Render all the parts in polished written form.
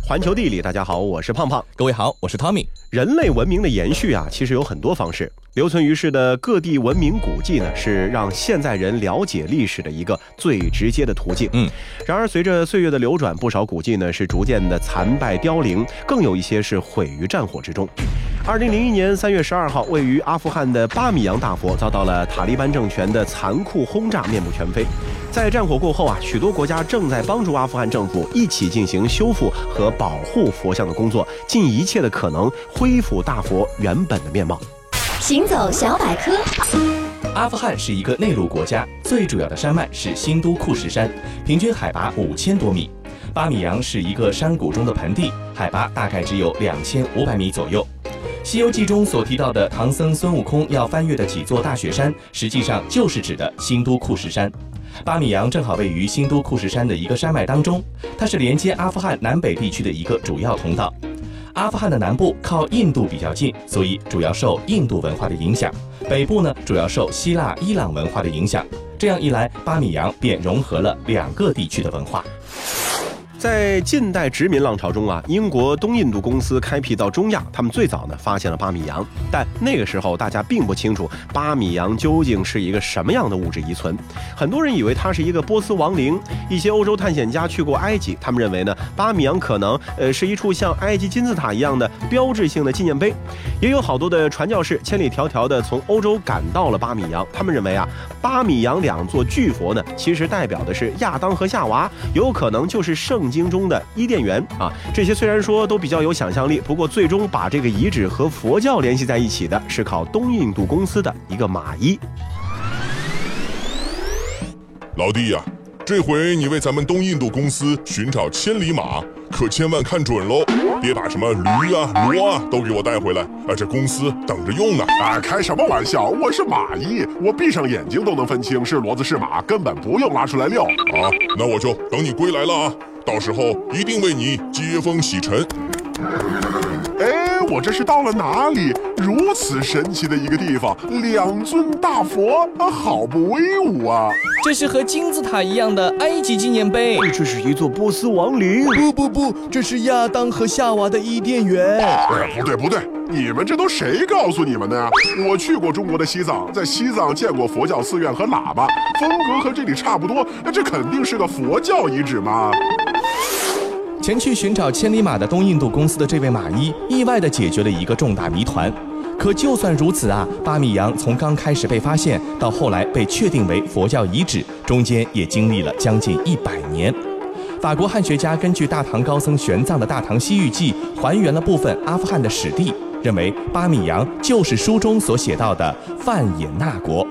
环球地理，大家好，我是胖胖。 各位好，我是 Tommy。 人类文明的延续啊，其实有很多方式。留存于世的各地文明古迹呢，是让现在人了解历史的一个最直接的途径。然而随着岁月的流转，不少古迹呢是逐渐的残败凋零，更有一些是毁于战火之中。2001年3月12号，位于阿富汗的巴米扬大佛遭到了塔利班政权的残酷轰炸，面目全非。在战火过后啊，许多国家正在帮助阿富汗政府一起进行修复和保护佛像的工作，尽一切的可能恢复大佛原本的面貌。 行走小百科。 阿富汗是一个内陆国家，最主要的山脉是新都库什山，平均海拔5000多米。巴米扬是一个山谷中的盆地，海拔大概只有2500米左右。《西游记》中所提到的唐僧孙悟空要翻越的几座大雪山，实际上就是指的新都库什山。巴米扬正好位于新都库什山的一个山脉当中，它是连接阿富汗南北地区的一个主要通道。阿富汗的南部靠印度比较近，所以主要受印度文化的影响；北部呢，主要受希腊、伊朗文化的影响。这样一来，巴米扬便融合了两个地区的文化。 在近代殖民浪潮中啊，英国东印度公司开辟到中亚，他们最早呢发现了巴米扬，但那个时候大家并不清楚巴米扬究竟是一个什么样的物质遗存。很多人以为它是一个波斯亡灵，一些欧洲探险家去过埃及，他们认为呢巴米扬可能是一处像埃及金字塔一样的标志性的纪念碑。也有好多的传教士千里迢迢的从欧洲赶到了巴米扬，他们认为啊巴米扬两座巨佛呢其实代表的是亚当和夏娃，有可能就是圣经中的伊甸园啊。这些虽然说都比较有想象力，不过最终把这个遗址和佛教联系在一起的是靠东印度公司的一个马衣。 老弟呀，这回你为咱们东印度公司寻找千里马，可千万看准喽，别把什么驴啊、骡啊都给我带回来，这公司等着用呢。 开什么玩笑，我是马医，我闭上眼睛都能分清是骡子是马，根本不用拉出来遛啊。那我就等你归来了啊，到时候一定为你接风洗尘。 我这是到了哪里？如此神奇的一个地方，两尊大佛，好不威武啊！ 这是和金字塔一样的埃及纪念碑。 这是一座波斯亡灵。 不，这是亚当和夏娃的伊甸园。 不对，你们这都谁告诉你们的呀？我去过中国的西藏，在西藏见过佛教寺院和喇叭，风格和这里差不多，这肯定是个佛教遗址嘛。 前去寻找千里马的东印度公司的这位马医，意外地解决了一个重大谜团。可就算如此啊，巴米扬从刚开始被发现到后来被确定为佛教遗址，中间也经历了将近100年。法国汉学家根据大唐高僧玄奘的《大唐西域记》还原了部分阿富汗的史地，认为巴米扬就是书中所写到的范也纳国。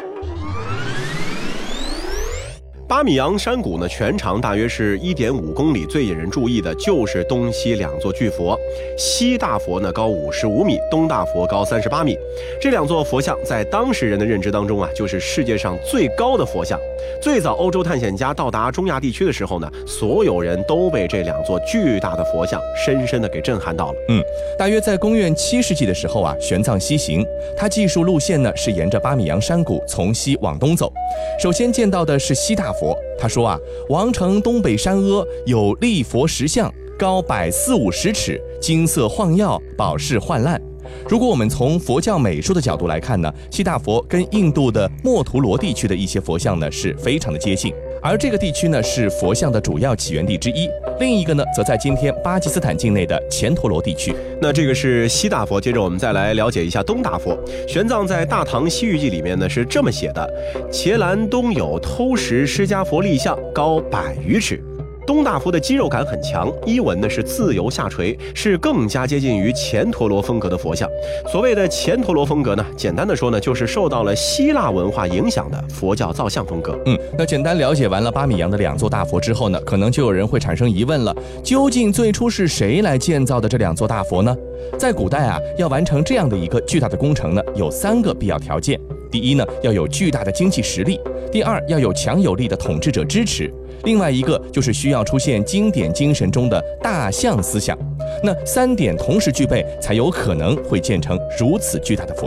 巴米扬山谷呢，全长大约是1.5公里，最引人注意的就是东西两座巨佛。西大佛呢高55米，东大佛高38米。这两座佛像在当时人的认知当中啊，就是世界上最高的佛像。最早欧洲探险家到达中亚地区的时候呢，所有人都被这两座巨大的佛像深深的给震撼到了。 大约在公元7世纪的时候啊，玄奘西行，他记述路线呢是沿着巴米扬山谷从西往东走。首先见到的是西大佛，他说啊，王城东北山阿有立佛石像，高140-50尺，金色晃耀，宝饰焕烂。如果我们从佛教美术的角度来看呢，西大佛跟印度的墨图罗地区的一些佛像呢是非常的接近，而这个地区呢是佛像的主要起源地之一，另一个呢则在今天巴基斯坦境内的前陀罗地区。 那这个是西大佛，接着我们再来了解一下东大佛。玄奘在《大唐西域记》里面呢是这么写的：伽蓝东有偷食释迦佛立像，高100余尺。东大佛的肌肉感很强，衣纹呢是自由下垂，是更加接近于前陀罗风格的佛像。所谓的前陀罗风格呢，简单的说呢，就是受到了希腊文化影响的佛教造像风格。 那简单了解完了巴米扬的两座大佛之后呢，可能就有人会产生疑问了，究竟最初是谁来建造的这两座大佛呢？在古代啊，要完成这样的一个巨大的工程呢，有3个必要条件。第一呢，要有巨大的经济实力；第二，要有强有力的统治者支持；另外一个就是需要出现经典精神中的大象思想。那3点同时具备，才有可能会建成如此巨大的佛像。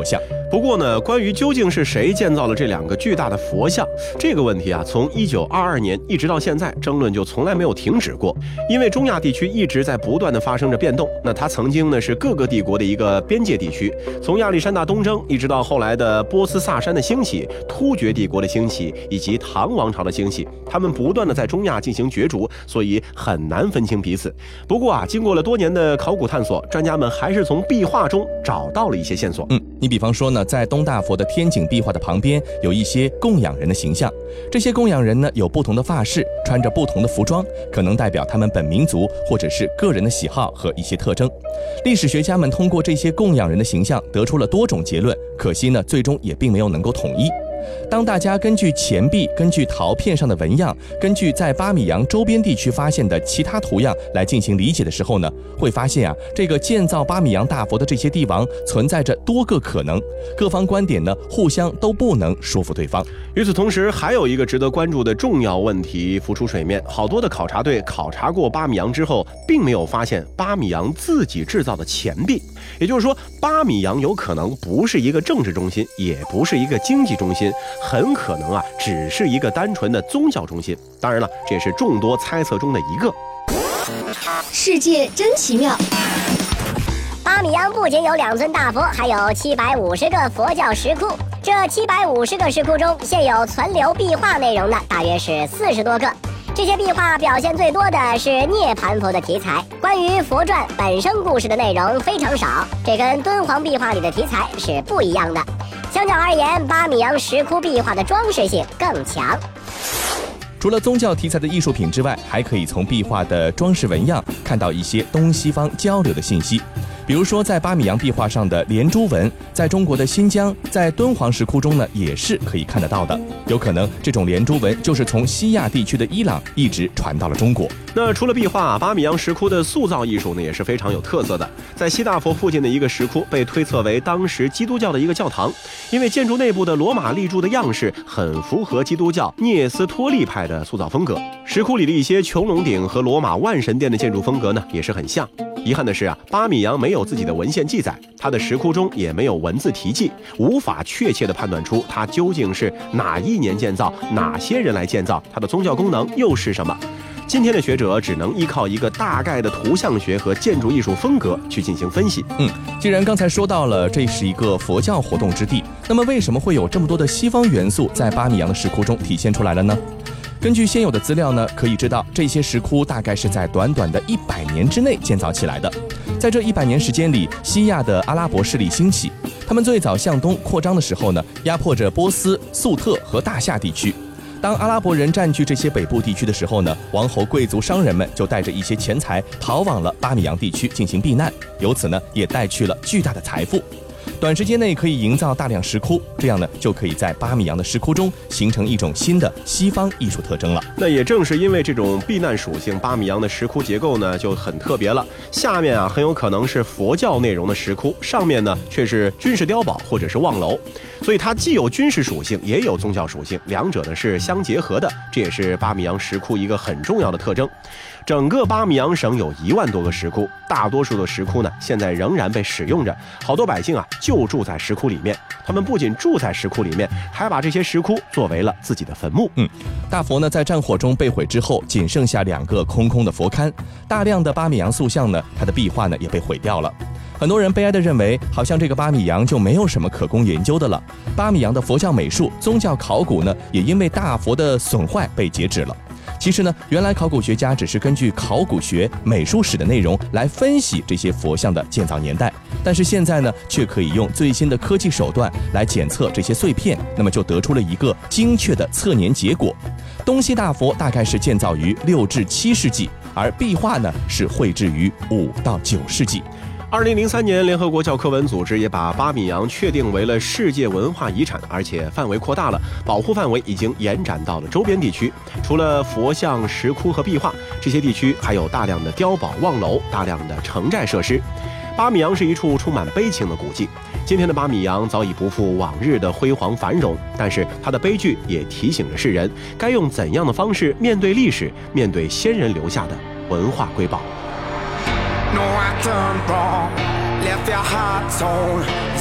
不过呢，关于究竟是谁建造了这2个巨大的佛像这个问题啊，从1922年一直到现在，争论就从来没有停止过。因为中亚地区一直在不断的发生着变动，那它曾经呢是各个帝国的一个边界地区，从亚历山大东征一直到后来的波斯萨珊的兴起、突厥帝国的兴起以及唐王朝的兴起，他们不断的在中亚进行角逐，所以很难分清彼此。不过啊，经过了多年的考古探索，专家们还是从壁画中找到了一些线索。 你比方说呢，在东大佛的天井壁画的旁边有一些供养人的形象，这些供养人呢有不同的发饰，穿着不同的服装，可能代表他们本民族或者是个人的喜好和一些特征。历史学家们通过这些供养人的形象得出了多种结论，可惜呢，最终也并没有能够统一。当大家根据钱币、根据陶片上的纹样、根据在巴米扬周边地区发现的其他图样来进行理解的时候呢，会发现啊，这个建造巴米扬大佛的这些帝王存在着多个可能，各方观点呢互相都不能说服对方。 与此同时，还有一个值得关注的重要问题浮出水面，好多的考察队考察过巴米扬之后，并没有发现巴米扬自己制造的钱币。也就是说，巴米扬有可能不是一个政治中心，也不是一个经济中心，很可能啊，只是一个单纯的宗教中心。当然了，这也是众多猜测中的一个。 世界真奇妙。 巴米扬不仅有2尊大佛，还有750个佛教石窟。这750个石窟中，现有存留壁画内容的大约是40多个。这些壁画表现最多的是涅槃佛的题材，关于佛传本身故事的内容非常少，这跟敦煌壁画里的题材是不一样的。相较而言，巴米扬石窟壁画的装饰性更强。 除了宗教题材的艺术品之外，还可以从壁画的装饰纹样看到一些东西方交流的信息。比如说，在巴米扬壁画上的连珠纹，在中国的新疆，在敦煌石窟中呢，也是可以看得到的。有可能这种连珠纹就是从西亚地区的伊朗一直传到了中国。 那除了壁画，巴米扬石窟的塑造艺术呢，也是非常有特色的。在西大佛附近的一个石窟，被推测为当时基督教的一个教堂，因为建筑内部的罗马立柱的样式很符合基督教聂斯托利派的塑造风格。石窟里的一些穹隆顶和罗马万神殿的建筑风格呢，也是很像。遗憾的是啊，巴米扬没有自己的文献记载，他的石窟中也没有文字题记，无法确切地判断出它究竟是哪一年建造，哪些人来建造，它的宗教功能又是什么。今天的学者只能依靠一个大概的图像学和建筑艺术风格去进行分析。 既然刚才说到了这是一个佛教活动之地，那么为什么会有这么多的西方元素在巴米扬的石窟中体现出来了呢？根据现有的资料呢，可以知道这些石窟大概是在短短的100年之内建造起来的。在这100年时间里，西亚的阿拉伯势力兴起，他们最早向东扩张的时候呢，压迫着波斯、粟特和大夏地区。当阿拉伯人占据这些北部地区的时候呢，王侯贵族商人们就带着一些钱财逃往了巴米扬地区进行避难，由此呢也带去了巨大的财富。短时间内可以营造大量石窟，这样呢就可以在巴米扬的石窟中形成一种新的西方艺术特征了。 那也正是因为这种避难属性，巴米扬的石窟结构呢就很特别了。下面啊很有可能是佛教内容的石窟，上面呢却是军事碉堡或者是望楼，所以它既有军事属性，也有宗教属性，两者呢是相结合的，这也是巴米扬石窟一个很重要的特征。整个巴米扬省有1万多个石窟，大多数的石窟呢现在仍然被使用着，好多百姓啊就住在石窟里面。他们不仅住在石窟里面，还把这些石窟作为了自己的坟墓。 大佛呢在战火中被毁之后，仅剩下2个空空的佛龛，大量的巴米扬塑像呢，它的壁画呢也被毁掉了。很多人悲哀地认为，好像这个巴米扬就没有什么可供研究的了。巴米扬的佛教美术、宗教考古呢，也因为大佛的损坏被截止了。其实呢，原来考古学家只是根据考古学、美术史的内容来分析这些佛像的建造年代，但是现在呢，却可以用最新的科技手段来检测这些碎片，那么就得出了一个精确的测年结果。东西大佛大概是建造于6至7世纪，而壁画呢是绘制于5到9世纪。 2003年，联合国教科文组织也把巴米扬确定为了世界文化遗产，而且范围扩大了，保护范围已经延展到了周边地区。除了佛像、石窟和壁画，这些地区还有大量的碉堡、望楼，大量的城寨设施。巴米扬是一处充满悲情的古迹。今天的巴米扬早已不复往日的辉煌繁荣，但是它的悲剧也提醒着世人，该用怎样的方式面对历史，面对先人留下的文化瑰宝。 No, I done wrong, left your heart torn.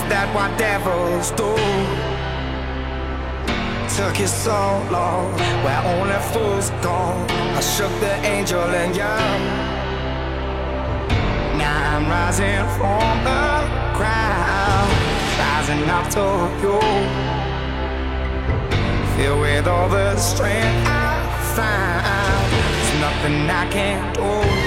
that what devils do. Took you so long, where only fools go. I shook the angel and young. Now I'm rising from the ground, rising up to you. Filled with all the strength I found, there's nothing I can't do.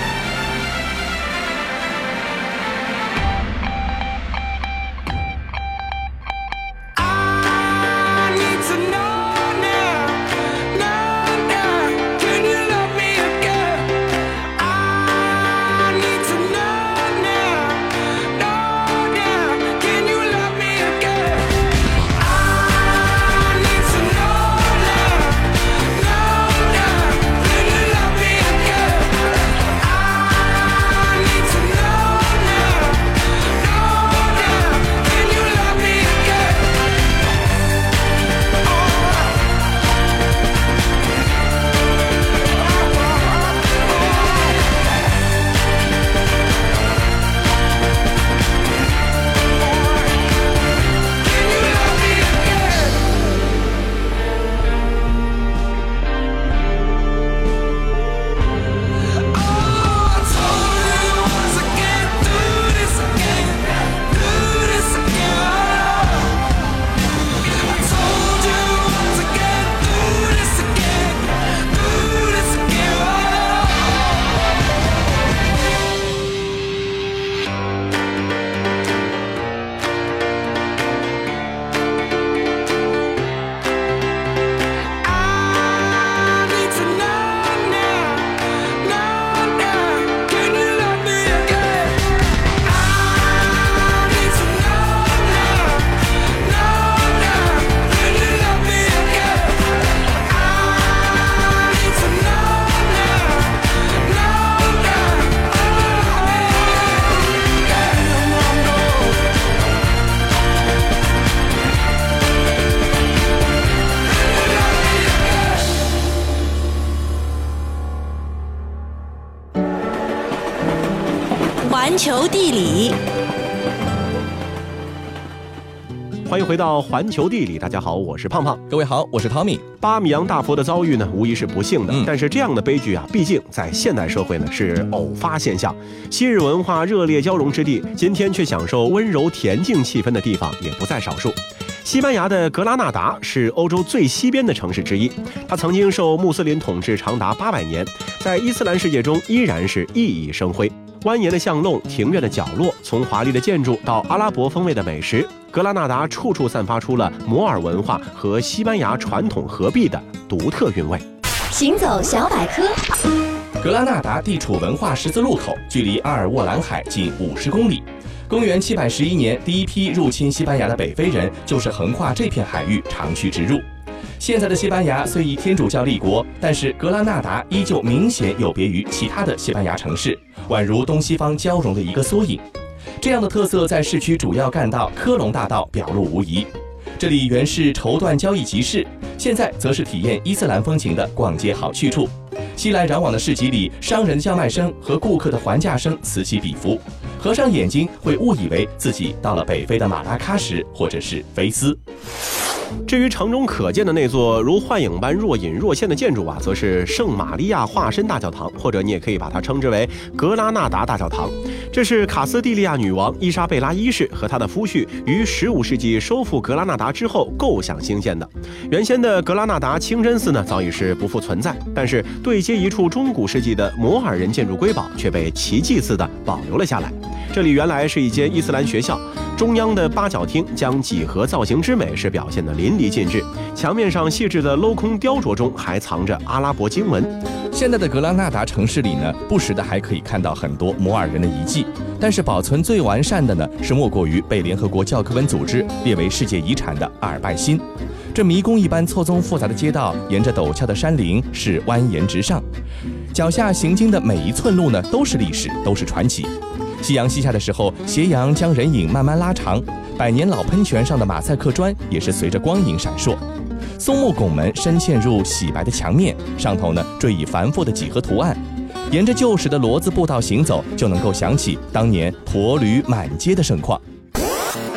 环球地理， 欢迎回到环球地理。大家好，我是胖胖。 各位好，我是汤米。 巴米扬大佛的遭遇呢，无疑是不幸的。但是这样的悲剧啊，毕竟在现代社会呢是偶发现象。昔日文化热烈交融之地，今天却享受温柔恬静气氛的地方也不在少数。西班牙的格拉纳达是欧洲最西边的城市之一，它曾经受穆斯林统治长达800年，在伊斯兰世界中依然是熠熠生辉。蜿蜒的巷弄，庭院的角落，从华丽的建筑到阿拉伯风味的美食，格拉纳达处处散发出了摩尔文化和西班牙传统合璧的独特韵味。 行走小百科。 格拉纳达地处文化十字路口，距离阿尔沃兰海近50公里。公元711年，第一批入侵西班牙的北非人就是横跨这片海域长驱直入。现在的西班牙虽以天主教立国，但是格拉纳达依旧明显有别于其他的西班牙城市，宛如东西方交融的一个缩影。这样的特色在市区主要干道科隆大道表露无遗。这里原是绸缎交易集市，现在则是体验伊斯兰风情的逛街好去处。熙来攘往的市集里，商人的叫卖声和顾客的还价声此起彼伏，合上眼睛会误以为自己到了北非的马拉喀什或者是菲斯。 至于城中可见的那座如幻影般若隐若现的建筑啊，则是圣玛利亚化身大教堂，或者你也可以把它称之为格拉纳达大教堂。这是卡斯蒂利亚女王伊莎贝拉一世和她的夫婿于15世纪收复格拉纳达之后构想兴建的。原先的格拉纳达清真寺呢，早已是不复存在，但是对接一处中古世纪的摩尔人建筑瑰宝却被奇迹似的保留了下来。这里原来是一间伊斯兰学校，中央的八角厅将几何造型之美是表现得淋漓尽致，墙面上细致的镂空雕琢中还藏着阿拉伯经文。 现在的格拉纳达城市里呢，不时的还可以看到很多摩尔人的遗迹，但是保存最完善的呢，是莫过于被联合国教科文组织列为世界遗产的阿尔拜辛。这迷宫一般错综复杂的街道，沿着陡峭的山林是蜿蜒直上，脚下行经的每一寸路呢，都是历史，都是传奇。夕阳西下的时候，斜阳将人影慢慢拉长，百年老喷泉上的马赛克砖也是随着光影闪烁。松木拱门深嵌入洗白的墙面，上头呢缀以繁复的几何图案。沿着旧时的骡子步道行走，就能够想起当年驼驴满街的盛况。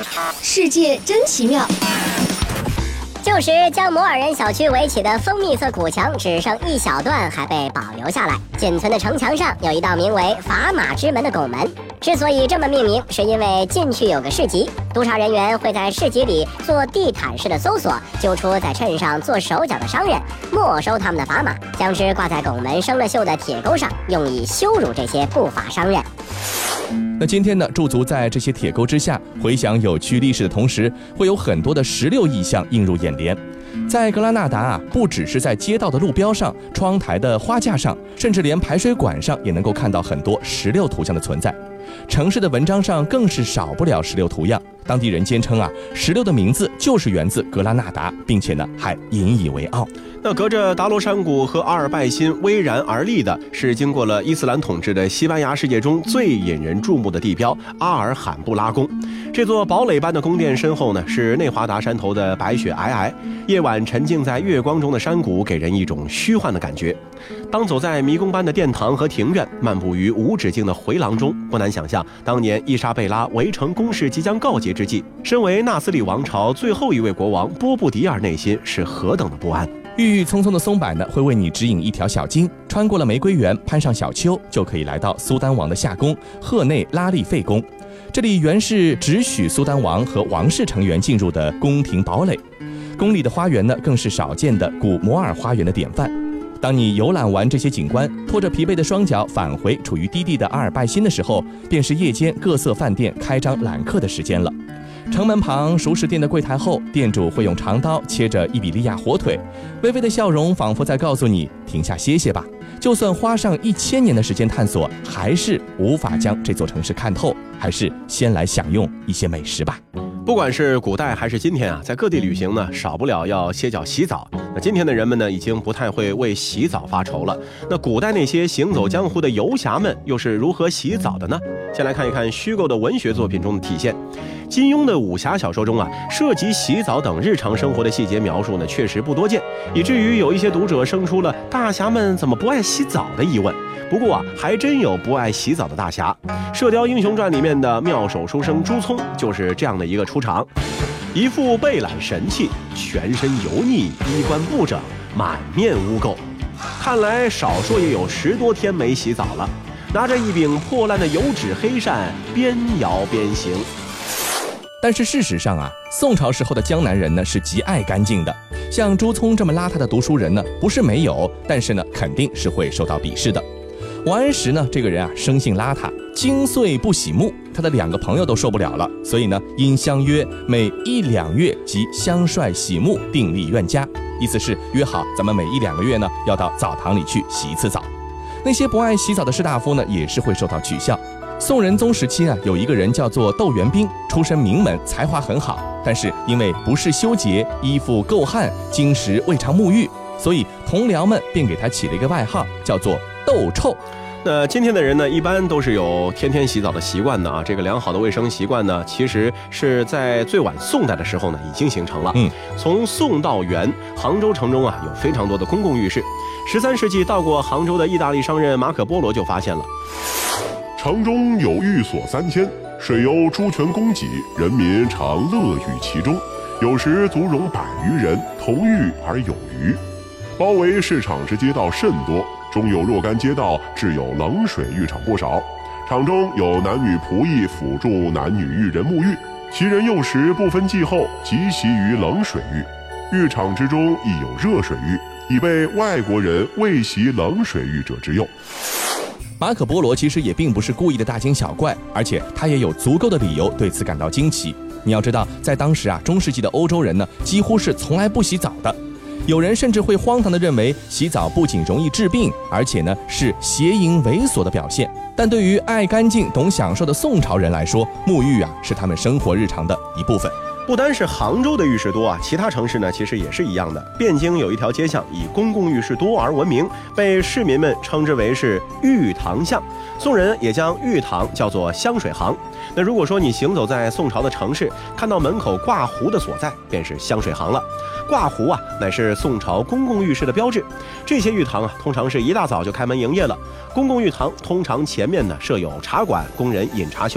世界真奇妙。 旧时将摩尔人小区围起的蜂蜜色古墙只剩一小段还被保留下来，仅存的城墙上有一道名为砝码之门的拱门。之所以这么命名，是因为进去有个市集，督察人员会在市集里做地毯式的搜索，揪出在趁上做手脚的商人，没收他们的砝码，将之挂在拱门生了锈的铁钩上，用以羞辱这些不法商人。 那今天呢，驻足在这些铁钩之下，回想有趣历史的同时，会有很多的16意象映入眼帘。在格拉纳达啊，不只是在街道的路标上、窗台的花架上，甚至连排水管上也能够看到很多16图像的存在。城市的文章上更是少不了16图样。当地人坚称啊，16的名字就是源自格拉纳达，并且呢还引以为傲。 那隔着达罗山谷和阿尔拜辛巍然而立的是经过了伊斯兰统治的西班牙世界中最引人注目的地标阿尔罕布拉宫。这座堡垒般的宫殿身后呢，是内华达山头的白雪皑皑，夜晚沉浸在月光中的山谷给人一种虚幻的感觉。当走在迷宫般的殿堂和庭院，漫步于无止境的回廊中，不难想象当年伊莎贝拉围城攻势即将告捷之际，身为纳斯里王朝最后一位国王波布迪尔内心是何等的不安。 郁郁葱葱的松柏呢，会为你指引一条小径，穿过了玫瑰园，攀上小丘，就可以来到苏丹王的夏宫赫内拉利费宫。这里原是只许苏丹王和王室成员进入的宫廷堡垒，宫里的花园呢，更是少见的古摩尔花园的典范。当你游览完这些景观，拖着疲惫的双脚返回处于低地的阿尔拜辛的时候，便是夜间各色饭店开张揽客的时间了。城门旁熟食店的柜台后，店主会用长刀切着伊比利亚火腿，微微的笑容仿佛在告诉你停下歇歇吧。就算花上1000年的时间探索，还是无法将这座城市看透，还是先来享用一些美食吧。 不管是古代还是今天啊，在各地旅行呢，少不了要歇脚洗澡。那今天的人们呢，已经不太会为洗澡发愁了。那古代那些行走江湖的游侠们又是如何洗澡的呢？先来看一看虚构的文学作品中的体现。金庸的武侠小说中啊，涉及洗澡等日常生活的细节描述呢，确实不多见，以至于有一些读者生出了大侠们怎么不爱洗澡的疑问。不过啊，还真有不爱洗澡的大侠。《射雕英雄传》里面的妙手书生朱聪就是这样的一个出场，一副背懒神气，全身油腻，衣冠不整，满面污垢，看来少说也有10多天没洗澡了，拿着一柄破烂的油纸黑扇，边摇边行。 但是事实上啊，宋朝时候的江南人呢是极爱干净的，像朱聪这么邋遢的读书人呢不是没有，但是呢肯定是会受到鄙视的。王安石呢这个人啊生性邋遢，经岁不洗沐，他的2个朋友都受不了了，所以呢因相约每1、2月即相率洗沐，订立愿家，意思是约好咱们每1、2个月呢要到澡堂里去洗一次澡。那些不爱洗澡的士大夫呢也是会受到取笑。宋仁宗时期啊，有一个人叫做窦元彬，出身名门，才华很好，但是因为不事修洁，衣服垢汗，经时未常沐浴，所以同僚们便给他起了一个外号，叫做窦臭。 那今天的人呢，一般都是有天天洗澡的习惯的啊。这个良好的卫生习惯呢，其实是在最晚宋代的时候呢已经形成了。从宋到元，杭州城中啊有非常多的公共浴室。13世纪到过杭州的意大利商人马可波罗就发现了， 城中有寓所3000，水由猪泉供给，人民常乐浴其中，有时足容100余人，同浴而有余。包围市场之街道甚多，中有若干街道置有冷水浴场不少，场中有男女仆役辅助男女浴人沐浴，其人用时不分季后，即习于冷水浴。浴场之中亦有热水浴，以备外国人未习冷水浴者之用。 马可波罗其实也并不是故意的大惊小怪，而且他也有足够的理由对此感到惊奇。你要知道，在当时啊，中世纪的欧洲人呢，几乎是从来不洗澡的。有人甚至会荒唐地认为，洗澡不仅容易治病，而且呢是邪淫猥琐的表现。但对于爱干净、懂享受的宋朝人来说，沐浴啊是他们生活日常的一部分。 不单是杭州的浴室多啊，其他城市呢其实也是一样的。汴京有一条街巷以公共浴室多而闻名，被市民们称之为是浴堂巷。宋人也将浴堂叫做香水行。那如果说你行走在宋朝的城市，看到门口挂壶的所在，便是香水行了。挂壶啊，乃是宋朝公共浴室的标志。这些浴堂啊，通常是一大早就开门营业了。公共浴堂通常前面呢设有茶馆，供人饮茶休息，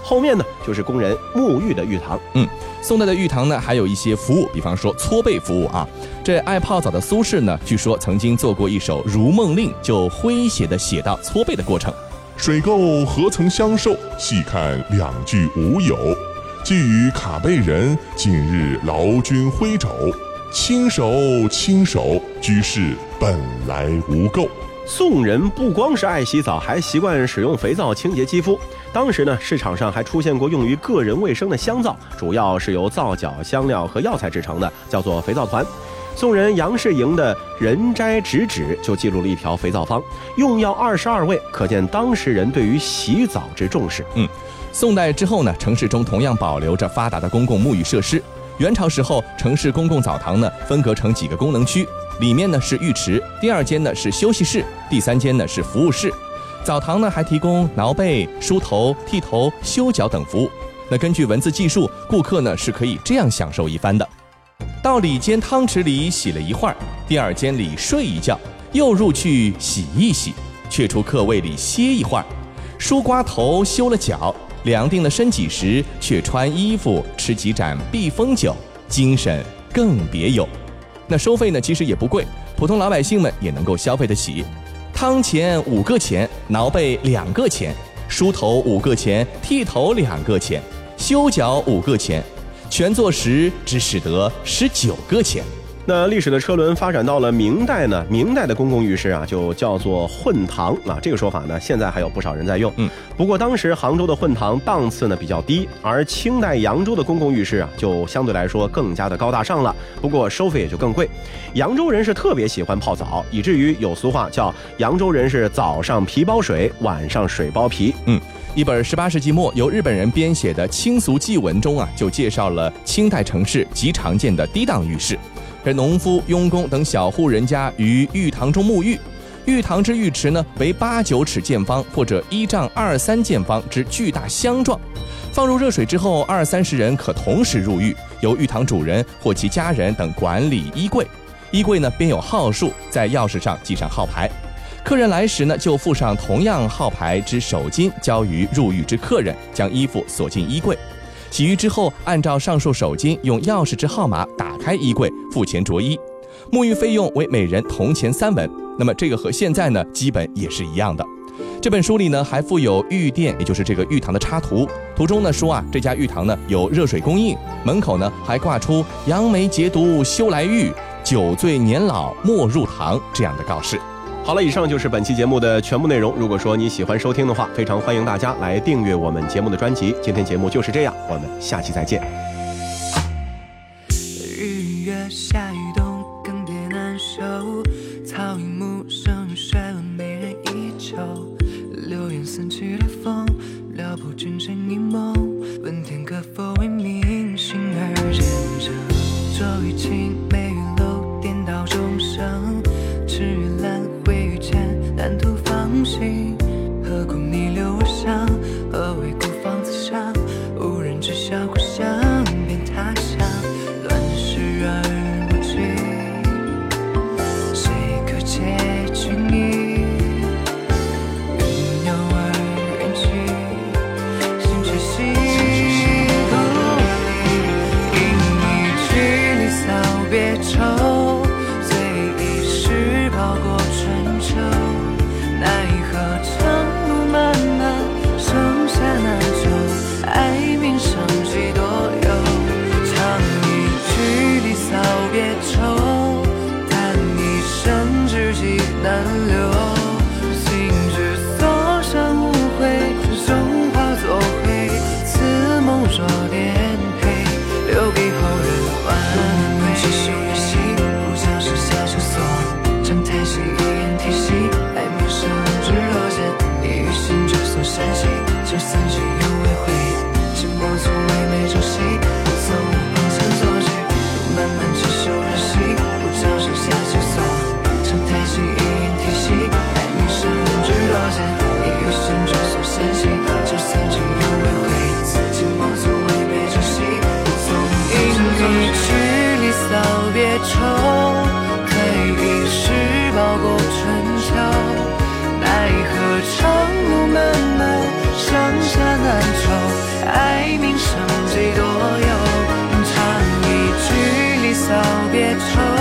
后面呢就是工人沐浴的浴堂。 宋代的浴堂呢还有一些服务，比方说搓背服务啊。这爱泡澡的苏轼呢，据说曾经做过一首《如梦令》，就诙谐地写到搓背的过程。 水垢何曾相受，细看两句无有。寄与卡背人，近日劳军挥肘。轻手轻手，居士本来无垢。 宋人不光是爱洗澡，还习惯使用肥皂清洁肌肤。当时呢，市场上还出现过用于个人卫生的香皂，主要是由皂角、香料和药材制成的，叫做肥皂团。宋人杨士莹的《人斋直指》就记录了一条肥皂方，用药22味，可见当时人对于洗澡之重视。 宋代之后呢，城市中同样保留着发达的公共沐浴设施。元朝时候，城市公共澡堂呢分隔成几个功能区，里面呢是浴池，第2间呢是休息室，第3间呢是服务室。澡堂呢还提供挠背、梳头、剃头、修脚等服务。那根据文字记述，顾客呢是可以这样享受一番的：到里间汤池里洗了一会儿，第2间里睡一觉，又入去洗一洗，却出客位里歇一会儿，梳刮头、修了脚，量定了身己时，却穿衣服，吃几盏避风酒，精神更别有。那收费呢其实也不贵，普通老百姓们也能够消费得起。汤钱5个钱，挠背2个钱，梳头5个钱，剃头2个钱，修脚5个钱，全做时只使得19个钱。 那历史的车轮发展到了明代呢，明代的公共浴室啊就叫做混堂啊，这个说法呢现在还有不少人在用。不过当时杭州的混堂档次呢比较低，而清代扬州的公共浴室啊就相对来说更加的高大上了，不过收费也就更贵。扬州人是特别喜欢泡澡，以至于有俗话叫扬州人是早上皮包水，晚上水包皮。 一本18世纪末由日本人编写的清俗记文中啊，就介绍了清代城市极常见的低档浴室。这农夫、佣工等小户人家于浴堂中沐浴，浴堂之浴池呢为8、9尺见方或者1丈2、3见方之巨大箱状，放入热水之后，20、30人可同时入浴，由浴堂主人或其家人等管理衣柜。衣柜呢编有号数，在钥匙上记上号牌。客人来时呢，就附上同样号牌之手巾，交于入浴之客人，将衣服锁进衣柜。洗浴之后，按照上述手巾用钥匙之号码打开衣柜，付钱着衣。沐浴费用为每人铜钱3文。那么这个和现在呢，基本也是一样的。这本书里呢，还附有浴殿，也就是这个浴堂的插图。图中呢说啊，这家浴堂呢有热水供应，门口呢还挂出“杨梅解毒休来浴，酒醉年老莫入堂”这样的告示。 好了，以上就是本期节目的全部内容。如果说你喜欢收听的话，非常欢迎大家来订阅我们节目的专辑。今天节目就是这样，我们下期再见。 日月下雨冬，更迭难收，草影木生水温，没人依旧。流言散去的风，撩拨君臣一梦，问天可否为民心而见证。骤雨晴，梅雨楼，颠倒众生，赤月蓝会遇见，难图芳心。何故逆流而上？何为孤芳自赏？无人知晓故乡，变他乡。乱世而不尽，谁可解君意？云游而远去，心却心不离。因你距离扫别愁，醉一时跑过春秋。奈何长路漫漫，盛夏难求，爱名胜几多忧。长一距离扫别愁，叹一生知己难留。心之所向无悔，终化作灰。此梦若颠沛，留给后人挽回。是修日兮，不将是下就锁。长叹息，一言提息，爱名胜之若见。一于心之所善兮，就散去犹未回。寂寞足为美中兮，不曾望前所居。路漫漫只修日兮，不将是下就锁。长叹息，一言提息，爱名胜之若见。一于心之所善兮，就散去犹未回。寂寞足为美中兮，不曾因你距离扫别愁。一时跑过春秋，奈何长路漫漫，上下难求。 别愁。